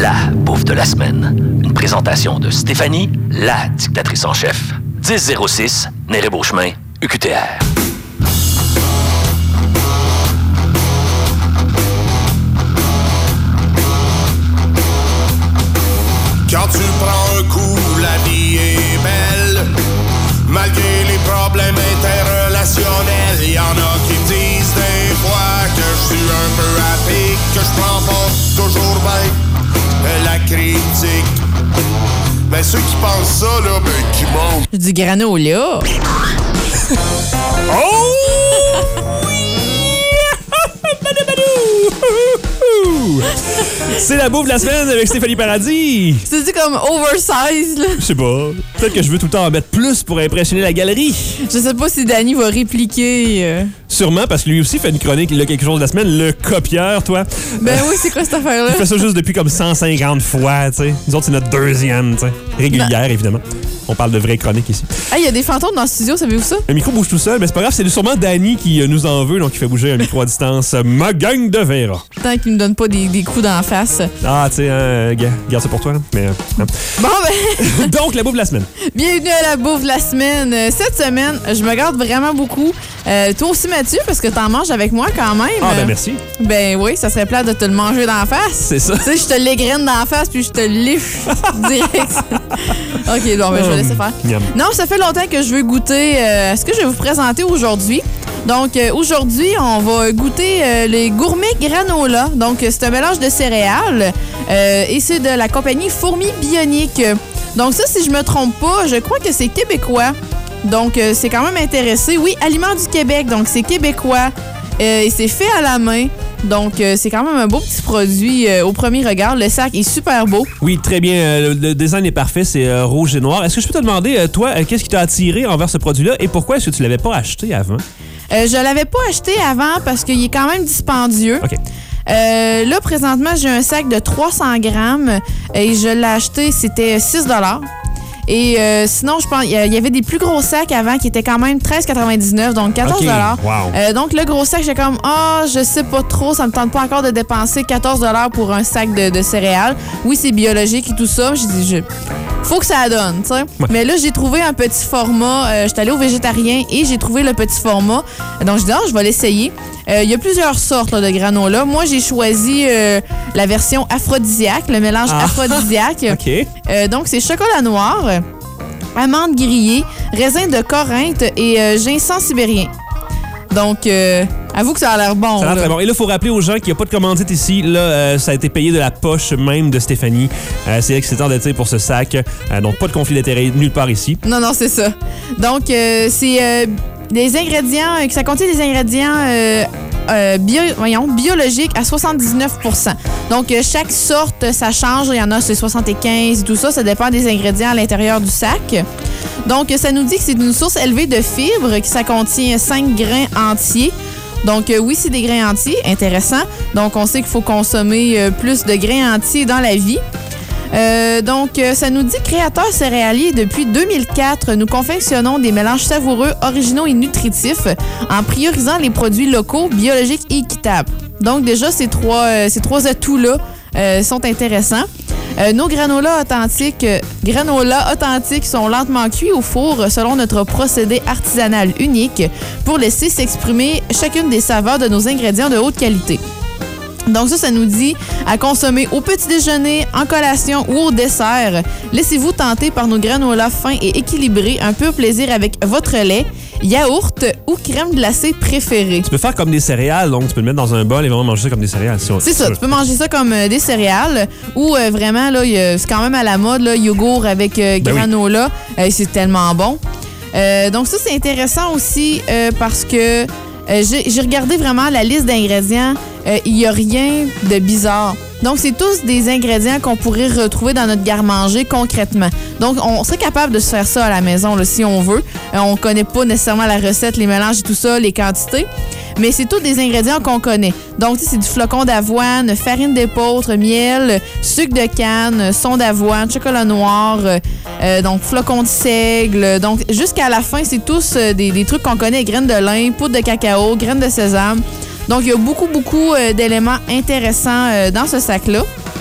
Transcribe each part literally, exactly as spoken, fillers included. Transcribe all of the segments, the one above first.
la bouffe de la semaine. Une présentation de Stéphanie, la dictatrice en chef. dix zéro six, Néré-Beauchemin, U Q T R. Quand tu prends un coup, la vie est belle. Malgré les problèmes interrelationnels, y en a qui me disent des fois que je suis un peu à pic, que je prends pas toujours bien la critique. Ben ceux qui pensent ça, là, ben qui montent. Du granola. Oh! C'est la bouffe de la semaine avec Stéphanie Paradis. C'est-tu comme oversize, là? Je sais pas. Peut-être que je veux tout le temps en mettre plus pour impressionner la galerie. Je sais pas si Danny va répliquer. Euh... Sûrement, parce que lui aussi fait une chronique, il a quelque chose de la semaine, le copieur, toi. Ben oui, c'est quoi cette affaire-là? Il fait ça juste depuis comme cent cinquante fois, tu sais. Nous autres, c'est notre deuxième, tu sais. Régulière, ben... évidemment. On parle de vraies chroniques ici. Ah, il y a des fantômes dans le studio, savez-vous ça? Le micro bouge tout seul, mais c'est pas grave, c'est sûrement Danny qui nous en veut, donc il fait bouger un micro à distance. Ma gang de verra. Tant qu'il me donne pas des, des coups d'en face. Ah, tu sais, hein, garde ça pour toi. Hein, mais, hein. Bon, ben... donc, la bouffe de la semaine. Bienvenue à la bouffe de la semaine. Cette semaine, je me garde vraiment beaucoup. Euh, toi aussi, Mathieu, parce que t'en manges avec moi quand même. Ah, ben merci. Ben oui, ça serait plate de te le manger d'en face. C'est ça. Tu sais, je te l'égrène d'en face, puis je te liche direct. OK, bon, ben je vais laisser faire. Miam. Non, ça fait longtemps que je veux goûter euh, ce que je vais vous présenter aujourd'hui. Donc, euh, aujourd'hui, on va goûter euh, les gourmets granola. Donc, c'est un mélange de céréales euh, et c'est de la compagnie Fourmi Bionique. Donc, ça, si je me trompe pas, je crois que c'est québécois. Donc, euh, c'est quand même intéressé. Oui, Aliments du Québec, donc c'est québécois euh, et c'est fait à la main. Donc, euh, c'est quand même un beau petit produit euh, au premier regard. Le sac est super beau. Oui, très bien. Euh, le design est parfait. C'est euh, rouge et noir. Est-ce que je peux te demander, euh, toi, euh, qu'est-ce qui t'a attiré envers ce produit-là et pourquoi est-ce que tu l'avais pas acheté avant? Euh, je l'avais pas acheté avant parce qu'il est quand même dispendieux. OK. Euh, là, présentement, j'ai un sac de trois cents grammes et je l'ai acheté, c'était six dollars. Et euh, sinon, je pense il y avait des plus gros sacs avant qui étaient quand même treize quatre-vingt-dix-neuf, donc quatorze dollars. Okay. Wow. Euh, donc, le gros sac, j'étais comme, ah, oh, je sais pas trop, ça me tente pas encore de dépenser quatorze dollars pour un sac de, de céréales. Oui, c'est biologique et tout ça. J'ai dit, je... faut que ça donne, tu sais. Ouais. Mais là, j'ai trouvé un petit format. Euh, j'étais allée au végétarien et j'ai trouvé le petit format. Donc, je dis, ah, je vais l'essayer. Il euh, y a plusieurs sortes là, de granola. Moi, j'ai choisi euh, la version aphrodisiaque, le mélange ah. aphrodisiaque. OK. Euh, donc, c'est chocolat noir, amandes grillées, raisin de Corinthe et euh, ginseng sibérien. Donc, euh, avoue que ça a l'air bon. Ça a l'air là. très bon. Et là, il faut rappeler aux gens qu'il n'y a pas de commandite ici. Là, euh, ça a été payé de la poche même de Stéphanie. Euh, c'est excitant d'être pour ce sac. Euh, donc, pas de conflit d'intérêt nulle part ici. Non, non, c'est ça. Donc, euh, c'est euh, des ingrédients, euh, ça contient des ingrédients euh, euh, bio, voyons, biologiques à soixante-dix-neuf pour cent. Donc, euh, chaque sorte, ça change. Il y en a, c'est soixante-quinze et tout ça. Ça dépend des ingrédients à l'intérieur du sac. Donc, ça nous dit que c'est une source élevée de fibres, que ça contient cinq grains entiers. Donc, euh, oui, c'est des grains entiers, intéressant. Donc, on sait qu'il faut consommer euh, plus de grains entiers dans la vie. Euh, donc, euh, ça nous dit créateur céréalier depuis deux mille quatre. Nous confectionnons des mélanges savoureux, originaux et nutritifs en priorisant les produits locaux, biologiques et équitables. Donc, déjà, ces trois, euh, ces trois atouts-là euh, sont intéressants. Euh, nos granolas authentiques, euh, granolas authentiques sont lentement cuits au four selon notre procédé artisanal unique pour laisser s'exprimer chacune des saveurs de nos ingrédients de haute qualité. Donc ça, ça nous dit à consommer au petit déjeuner, en collation ou au dessert. Laissez-vous tenter par nos granolas fins et équilibrés, un pur plaisir avec votre lait, yaourt ou crème glacée préférée. Tu peux faire comme des céréales, donc tu peux le mettre dans un bol et vraiment manger ça comme des céréales. Si on... C'est ça, tu peux manger ça comme euh, des céréales ou euh, vraiment, là, y a, c'est quand même à la mode, là, yogourt avec euh, ben granola. Oui. Euh, c'est tellement bon. Euh, donc ça, c'est intéressant aussi euh, parce que euh, j'ai, j'ai regardé vraiment la liste d'ingrédients. Il euh, n'y a rien de bizarre. Donc, c'est tous des ingrédients qu'on pourrait retrouver dans notre garde-manger concrètement. Donc, on serait capable de se faire ça à la maison là, si on veut. Euh, on ne connaît pas nécessairement la recette, les mélanges et tout ça, les quantités. Mais c'est tous des ingrédients qu'on connaît. Donc, c'est du flocon d'avoine, farine d'épeautre, miel, sucre de canne, son d'avoine, chocolat noir, euh, donc flocon de seigle. Donc, jusqu'à la fin, c'est tous euh, des, des trucs qu'on connaît, graines de lin, poudre de cacao, graines de sésame. Donc, il y a beaucoup, beaucoup euh, d'éléments intéressants euh, dans ce sac-là.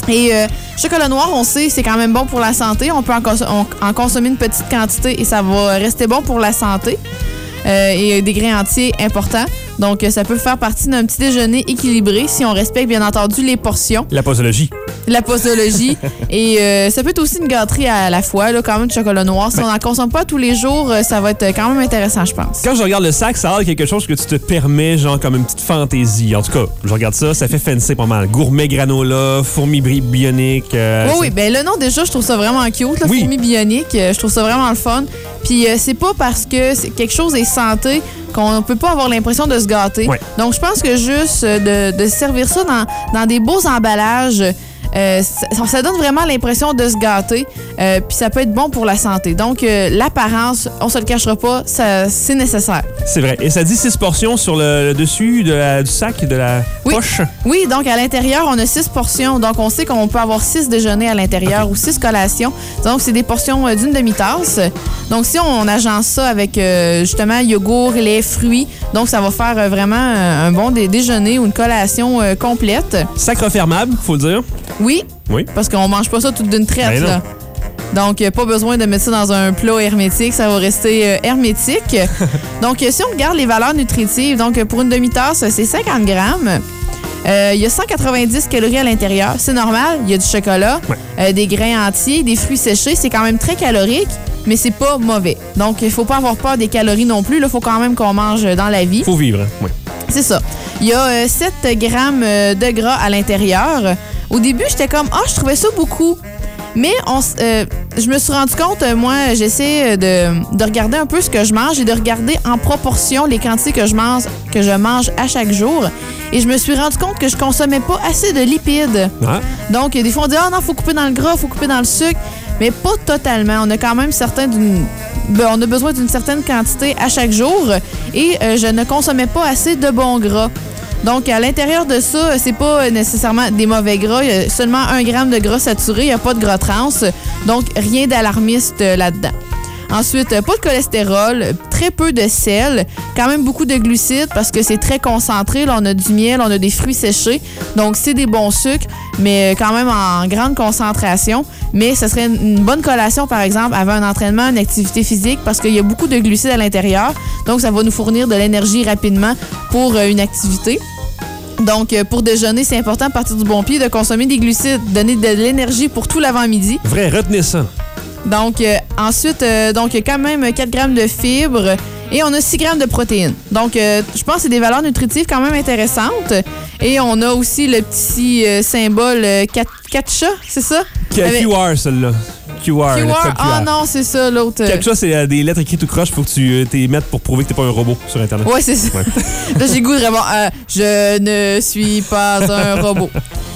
Et euh, chocolat noir, on sait, c'est quand même bon pour la santé. On peut en, cons- on- en consommer une petite quantité et ça va rester bon pour la santé. Euh, et des grains entiers importants. Donc, ça peut faire partie d'un petit déjeuner équilibré si on respecte, bien entendu, les portions. La posologie. La posologie. Et euh, ça peut être aussi une gâterie à la fois, là, quand même, de chocolat noir. Si ben, on n'en consomme pas tous les jours, ça va être quand même intéressant, je pense. Quand je regarde le sac, ça a l'air quelque chose que tu te permets, genre comme une petite fantaisie. En tout cas, je regarde ça, ça fait fancy pas mal. Gourmet granola, fourmi bionique. Euh, oui, oui. Ben, le nom, déjà, je trouve ça vraiment cute. Là, oui. Fourmi bionique, je trouve ça vraiment le fun. Puis, euh, c'est pas parce que c'est quelque chose est santé qu'on peut pas avoir l'impression de se gâter. Ouais. Donc, je pense que juste de, de servir ça dans, dans des beaux emballages, euh, ça, ça donne vraiment l'impression de se gâter. Euh, puis ça peut être bon pour la santé. Donc, euh, l'apparence, on se le cachera pas, ça, c'est nécessaire. C'est vrai. Et ça dit six portions sur le, le dessus de la, du sac, de la oui. poche? Oui, donc à l'intérieur, on a six portions. Donc, on sait qu'on peut avoir six déjeuners à l'intérieur okay. ou six collations. Donc, c'est des portions euh, d'une demi-tasse. Donc, si on agence ça avec, euh, justement, yogourt, lait, fruits, donc ça va faire euh, vraiment un bon dé- déjeuner ou une collation euh, complète. Sac refermable, faut le dire. Oui. Oui. Parce qu'on mange pas ça toute d'une traite, ben là. Donc, pas besoin de mettre ça dans un plat hermétique. Ça va rester euh, hermétique. Donc, si on regarde les valeurs nutritives, donc pour une demi-tasse, c'est cinquante grammes. Euh, il y a cent quatre-vingt-dix calories à l'intérieur. C'est normal. Il y a du chocolat, ouais. euh, des grains entiers, des fruits séchés. C'est quand même très calorique, mais c'est pas mauvais. Donc, il faut pas avoir peur des calories non plus. Il faut quand même qu'on mange dans la vie. Faut vivre, hein? Oui. C'est ça. Il y a euh, sept grammes de gras à l'intérieur. Au début, j'étais comme, ah, oh, je trouvais ça beaucoup. Mais on, euh, je me suis rendu compte, moi, j'essaie de, de regarder un peu ce que je mange et de regarder en proportion les quantités que je mange, que je mange à chaque jour. Et je me suis rendu compte que je consommais pas assez de lipides. Ah. Donc, des fois, on dit, ah oh, non, il faut couper dans le gras, il faut couper dans le sucre. Mais pas totalement. On a quand même certains d'une... Ben, on a besoin d'une certaine quantité à chaque jour. Et euh, je ne consommais pas assez de bons gras. Donc, à l'intérieur de ça, c'est pas nécessairement des mauvais gras. Il y a seulement un gramme de gras saturé. Il n'y a pas de gras trans. Donc, rien d'alarmiste là-dedans. Ensuite, pas de cholestérol, très peu de sel, quand même beaucoup de glucides parce que c'est très concentré. Là, on a du miel, on a des fruits séchés. Donc, c'est des bons sucres, mais quand même en grande concentration. Mais ce serait une bonne collation, par exemple, avant un entraînement, une activité physique parce qu'il y a beaucoup de glucides à l'intérieur. Donc, ça va nous fournir de l'énergie rapidement pour une activité. Donc, pour déjeuner, c'est important à partir du bon pied de consommer des glucides, donner de l'énergie pour tout l'avant-midi. Vrai, retenez ça. Donc, euh, ensuite, euh, donc, il y a quand même quatre grammes de fibres et on a six grammes de protéines. Donc, euh, je pense que c'est des valeurs nutritives quand même intéressantes. Et on a aussi le petit euh, symbole euh, CAPTCHA, c'est ça? Q R, celle-là. Q R. Q R, ah non, c'est ça, l'autre. CAPTCHA, c'est euh, des lettres écrites tout croche pour que tu euh, t'y mettes pour prouver que t'es pas un robot sur Internet. Ouais, c'est ça. Ouais. Là, j'ai goût de vraiment, euh, je ne suis pas un robot.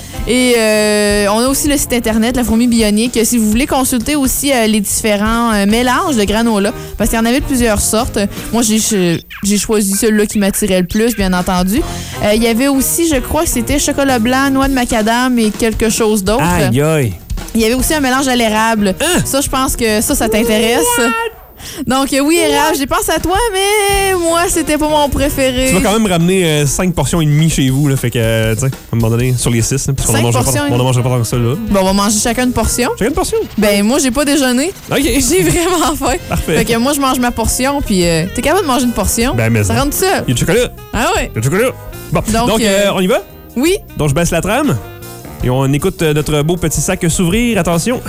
Et euh, on a aussi le site internet, la fourmi bionique. Si vous voulez consulter aussi euh, les différents euh, mélanges de granola, parce qu'il y en avait de plusieurs sortes. Moi, j'ai, j'ai choisi celui-là qui m'attirait le plus, bien entendu. Euh, il y avait aussi, je crois que c'était chocolat blanc, noix de macadam et quelque chose d'autre. Aïe, aïe. Il y avait aussi un mélange à l'érable. Hein? Ça, je pense que ça, ça t'intéresse. What? Donc, oui, érable, j'ai pensé à toi, mais moi, c'était pas mon préféré. Tu vas quand même ramener euh, cinq portions et demie chez vous, là, fait que, euh, tu sais, à un moment donné, sur les six, là, parce qu'on ne mangerait pas, on ne mangerait pas tant que ça, là. Bon, on va manger chacun une portion. Chacun une portion? Ben, moi, j'ai pas déjeuné. OK. J'ai vraiment faim. Parfait. Fait que moi, je mange ma portion, puis euh, t'es capable de manger une portion? Ben, mais ça rentre seul. Il y a du chocolat. Ah ouais? Il y a du chocolat. Bon, donc, donc euh, on y va? Oui. Donc, je baisse la trame et on écoute euh, notre beau petit sac s'ouvrir. Attention.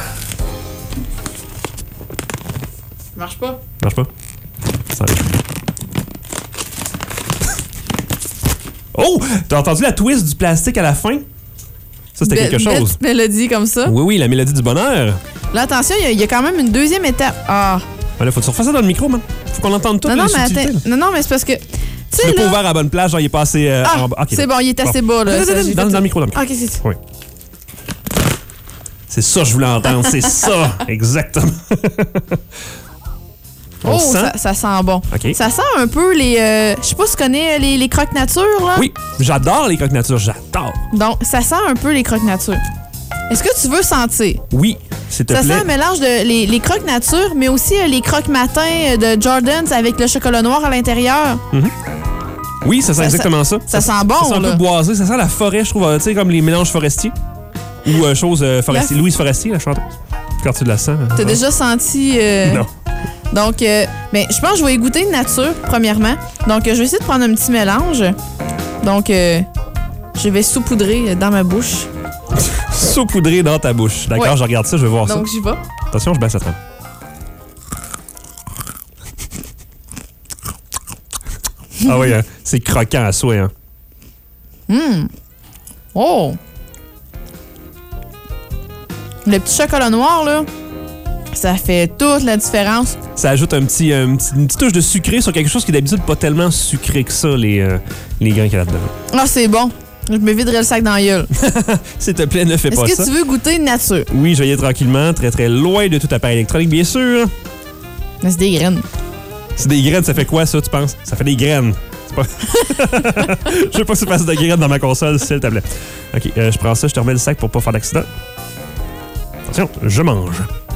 Marche pas. Marche pas. Ça arrive. Oh! T'as entendu la twist du plastique à la fin? Ça, c'était Be- quelque chose. Une petite mélodie comme ça. Oui, oui, la mélodie du bonheur. Là, attention, il y, y a quand même une deuxième étape. Ah. Ben là, faut que tu refasses ça dans le micro, man. Faut qu'on entende tout. Non, non, mais attends. Non, non, mais c'est parce que... Tu l'as pas ouvert à la bonne place, genre il est passé euh, ah, en bas. Okay, c'est bon, il est assez bon. bas, là. Ça, dans, dans le micro, dans le micro. Ah, OK, c'est ça. Oui. C'est ça que je voulais entendre, c'est ça, exactement. On oh, ça, ça sent bon. Okay. Ça sent un peu les... Euh, je sais pas si tu connais les, les croque-nature, là. Oui, j'adore les croque-nature, j'adore. Donc, ça sent un peu les croque-nature. Est-ce que tu veux sentir? Oui, s'il te ça plaît. Ça sent un mélange de les, les croque-nature, mais aussi euh, les croque-matins de Jordan's avec le chocolat noir à l'intérieur. Mm-hmm. Oui, ça sent ça, exactement ça. Ça, ça sent bon, Ça sent là. un peu boisé, ça sent la forêt, je trouve, tu sais, comme les mélanges forestiers. Ou euh, chose euh, Forestier. La... Louise Forestier, la chanteuse. Quand tu la sens. T'as non. déjà senti... Euh... Non. Donc, euh, ben, je pense que je vais y goûter de nature, premièrement. Donc, euh, je vais essayer de prendre un petit mélange. Donc, euh, je vais saupoudrer dans ma bouche. Saupoudrer dans ta bouche. D'accord, ouais. Je regarde ça, je vais voir Donc, ça. Donc, j'y vais. Attention, je baisse la trame. Ah oui, hein, c'est croquant à souhait. Hein. Hum. Oh! Le petit chocolat noir, là, ça fait toute la différence. Ça ajoute un petit, un petit, une petite touche de sucré sur quelque chose qui est d'habitude pas tellement sucré que ça, les, euh, les grains qu'il y a là-dedans. Ah, c'est bon. Je me viderai le sac dans la gueule. S'il te plaît, ne fais Est-ce pas que ça. tu veux goûter de nature? Oui, je vais y aller tranquillement, très très loin de tout appareil électronique, bien sûr. Mais c'est des graines. C'est des graines, ça fait quoi ça, tu penses? Ça fait des graines. C'est pas... je veux pas que tu fasses de graines dans ma console, s'il te plaît. OK, euh, je prends ça, je te remets le sac pour pas faire d'accident. Attention, je mange.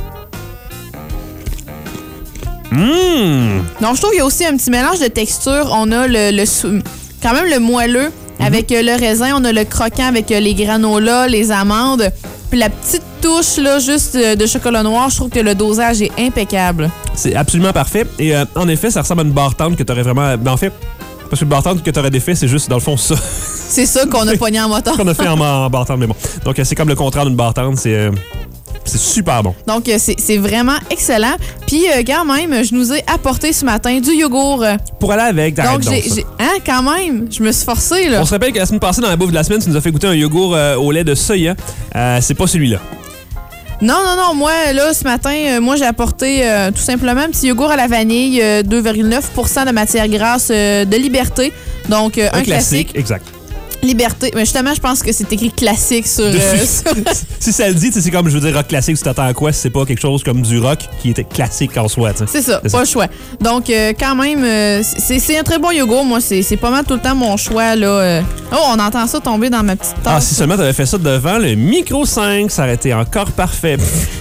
Mmh! Donc, je trouve qu'il y a aussi un petit mélange de texture. On a le, le sou... quand même le moelleux avec mm-hmm. le raisin. On a le croquant avec les granolas, les amandes. Puis la petite touche là, juste de chocolat noir, je trouve que le dosage est impeccable. C'est absolument parfait. Et euh, en effet, ça ressemble à une barre tendre que tu aurais vraiment... Ben, en fait, parce que le barre tendre que tu aurais défait, c'est juste, dans le fond, ça. C'est ça qu'on a pogné en moteur. Qu'on a fait en, en barre tendre, mais bon. Donc, c'est comme le contraire d'une barre tendre. C'est... Euh... C'est super bon. Donc, c'est, c'est vraiment excellent. Puis, euh, quand même, je nous ai apporté ce matin du yogourt. Pour aller avec, donc, j'ai, j'ai, hein, quand même, je me suis forcée, là. On se rappelle que la semaine passée, dans la bouffe de la semaine, tu nous as fait goûter un yogourt euh, au lait de soya. Euh, c'est pas celui-là. Non, non, non. Moi, là, ce matin, euh, moi, j'ai apporté euh, tout simplement un petit yogourt à la vanille, euh, deux virgule neuf pour cent de matière grasse euh, de Liberté. Donc, euh, un, un classique. classique. Exact. Liberté. Mais justement, je pense que c'est écrit classique sur... Euh, sur... si ça le dit, c'est comme, je veux dire, rock classique, tu t'attends à quoi si c'est pas quelque chose comme du rock qui était classique en soi, t'sais. C'est ça, c'est pas ça. le choix. Donc, euh, quand même, euh, c'est, c'est un très bon yogourt. Moi, c'est, c'est pas mal tout le temps mon choix, là. Euh... Oh, on entend ça tomber dans ma petite tasse. Ah, si seulement t'avais fait ça devant le micro cinq, ça aurait été encore parfait.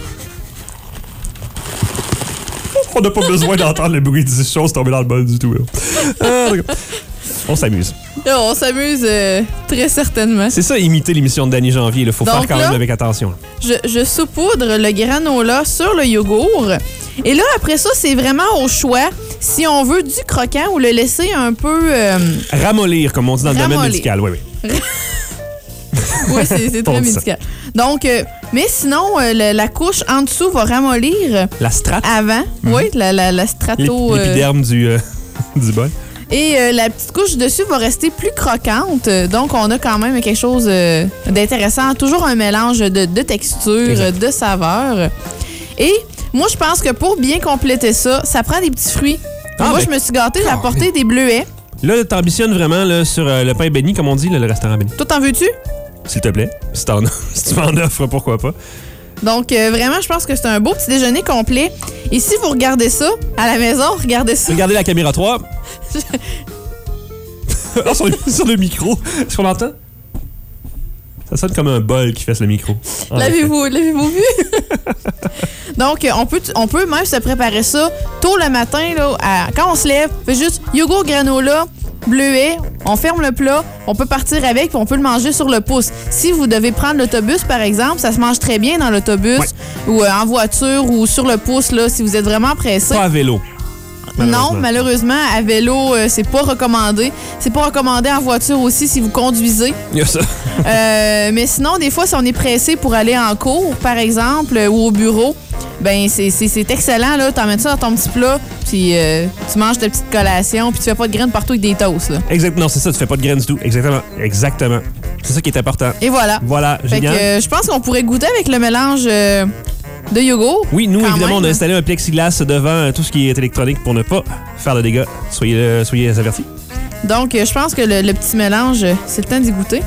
On n'a pas besoin d'entendre le bruit des choses tomber dans le bol du tout, là. Ah, on s'amuse. Là, on s'amuse euh, très certainement. C'est ça, imiter l'émission de Danny Janvier. Il faut Donc faire quand là, même avec attention. Je, je saupoudre le granola sur le yogourt. Et là, après ça, c'est vraiment au choix si on veut du croquant ou le laisser un peu... Euh, ramollir, comme on dit dans le ramollir. domaine médical. Oui, oui. Oui, c'est, c'est très médical. Donc, euh, mais sinon, euh, le, la couche en dessous va ramollir. La strate. Avant. Mm-hmm. Oui, la, la, la strato... L'épiderme euh, du, euh, du bol. Et euh, la petite couche dessus va rester plus croquante. Donc, on a quand même quelque chose euh, d'intéressant. Toujours un mélange de, de texture, exact. De saveurs. Et moi, je pense que pour bien compléter ça, ça prend des petits fruits. Ah, moi, ben, je me suis gâtée, j'ai apporté des bleuets. Là, t'ambitionnes vraiment là, sur euh, le pain béni, comme on dit, là, le restaurant béni. Toi, t'en veux-tu? S'il te plaît. Si, t'en, si tu m'en offres, pourquoi pas. Donc, euh, vraiment, je pense que c'est un beau petit déjeuner complet. Et si vous regardez ça à la maison, regardez ça. Regardez la caméra trois. oh, sur, le, sur le micro. Est-ce qu'on entend? Ça sonne comme un bol qui fait le micro. Oh, l'avez-vous, l'avez-vous vu? Donc, on peut, on peut même se préparer ça tôt le matin. Là, à, quand on se lève, on fait juste yogourt granola, bleuet, on ferme le plat, on peut partir avec puis on peut le manger sur le pouce. Si vous devez prendre l'autobus, par exemple, ça se mange très bien dans l'autobus ouais. ou euh, en voiture ou sur le pouce, là, si vous êtes vraiment pressé. Pas à vélo. Malheureusement. Non, malheureusement, à vélo, euh, c'est pas recommandé. C'est pas recommandé en voiture aussi si vous conduisez. Il y a ça. euh, mais sinon, des fois, si on est pressé pour aller en cours, par exemple, euh, ou au bureau, ben c'est, c'est, c'est excellent, là. T'emmènes ça dans ton petit plat, puis euh, tu manges ta petite collation, puis tu fais pas de graines partout avec des toasts, là. Exactement, c'est ça, tu fais pas de graines du tout. Exactement. Exactement. C'est ça qui est important. Et voilà. Voilà, fait génial. Que, euh, je pense qu'on pourrait goûter avec le mélange... Euh, de yogourt. Oui, nous, évidemment, même. On a installé un plexiglas devant tout ce qui est électronique pour ne pas faire de dégâts. Soyez, euh, soyez avertis. Donc, euh, je pense que le, le petit mélange, c'est le temps d'y goûter.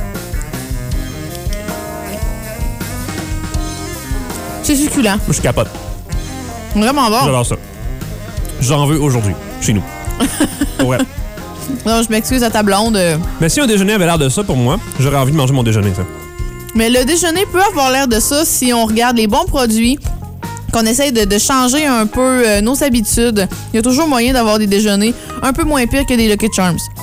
C'est succulent. Moi, je capote. Vraiment bon. J'adore ça. J'en veux aujourd'hui, chez nous. Ouais. Non, je m'excuse à ta blonde. Mais si un déjeuner avait l'air de ça pour moi, j'aurais envie de manger mon déjeuner, ça. Mais le déjeuner peut avoir l'air de ça si on regarde les bons produits, qu'on essaye de, de changer un peu euh, nos habitudes. Il y a toujours moyen d'avoir des déjeuners un peu moins pires que des Lucky Charms.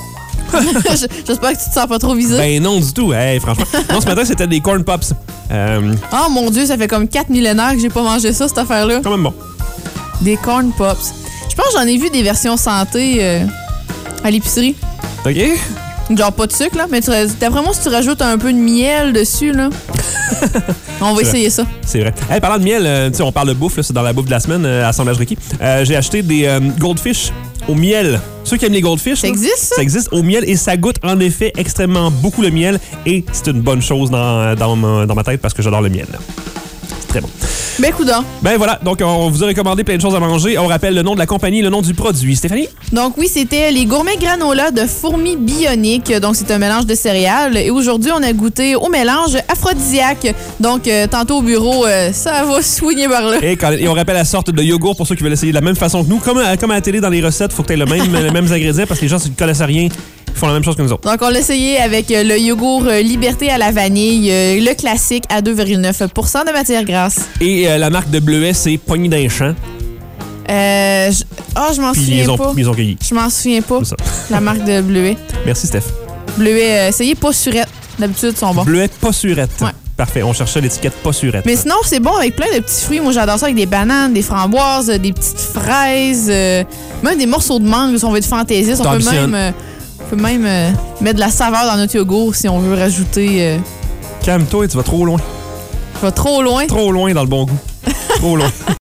J'espère que tu te sens pas trop visé. Ben non du tout, hey, franchement. Non, ce matin, c'était des corn pops. Euh, Oh mon Dieu, ça fait comme quatre millénaires que j'ai pas mangé ça, cette affaire-là. quand même bon. Des corn pops. Je pense que j'en ai vu des versions santé euh, à l'épicerie. OK? Genre pas de sucre, là, mais tu, d'après moi, si tu rajoutes un peu de miel dessus, là, on va C'est essayer ça. C'est vrai. Hey, parlant de miel, euh, tu sais, on parle de bouffe, là, c'est dans la bouffe de la semaine, euh, assemblage requis. Euh, j'ai acheté des euh, goldfish au miel. Ceux qui aiment les goldfish, Ça là, existe, ça? ça existe au miel et ça goûte en effet extrêmement beaucoup le miel et c'est une bonne chose dans, dans, ma, dans ma tête parce que j'adore le miel. C'est très bon. Ben, coudonc. Ben voilà, donc on vous a recommandé plein de choses à manger. On rappelle le nom de la compagnie, le nom du produit. Stéphanie? Donc oui, c'était les gourmets granola de fourmis bioniques. Donc c'est un mélange de céréales. Et aujourd'hui, on a goûté au mélange aphrodisiaque. Donc euh, tantôt au bureau, euh, ça va soigner par là. Et, quand, et on rappelle la sorte de yogourt pour ceux qui veulent essayer de la même façon que nous. Comme, à- comme à la télé dans les recettes, il faut que tu aies le même, les mêmes ingrédients parce que les gens, s'ils ne connaissent rien, ils font la même chose que nous autres. Donc on l'a essayé avec euh, le yogourt euh, Liberté à la vanille, euh, le classique à deux virgule neuf pour cent de matière grasse. Et euh, la marque de Bleuet, c'est Poignée d'un champ. Euh, je... Oh, je m'en Puis ils souviens les ont, pas. ils les ont cueillis. Je m'en souviens pas. C'est ça. La marque de Bleuet. Merci, Steph. Bleuet, euh, essayez pas surette. D'habitude, ils sont bons. Bleuet, pas surette. Ouais. Parfait, on cherchait l'étiquette pas surette. Mais sinon, c'est bon avec plein de petits fruits. Moi, j'adore ça avec des bananes, des framboises, euh, des petites fraises, euh, même des morceaux de mangue si on veut être fantaisiste. On peut T'ambitionnes. même, euh, on peut même euh, mettre de la saveur dans notre yogourt si on veut rajouter. Euh, Calme-toi, tu vas trop loin. je vais trop loin. Trop loin dans le bon goût. Trop loin.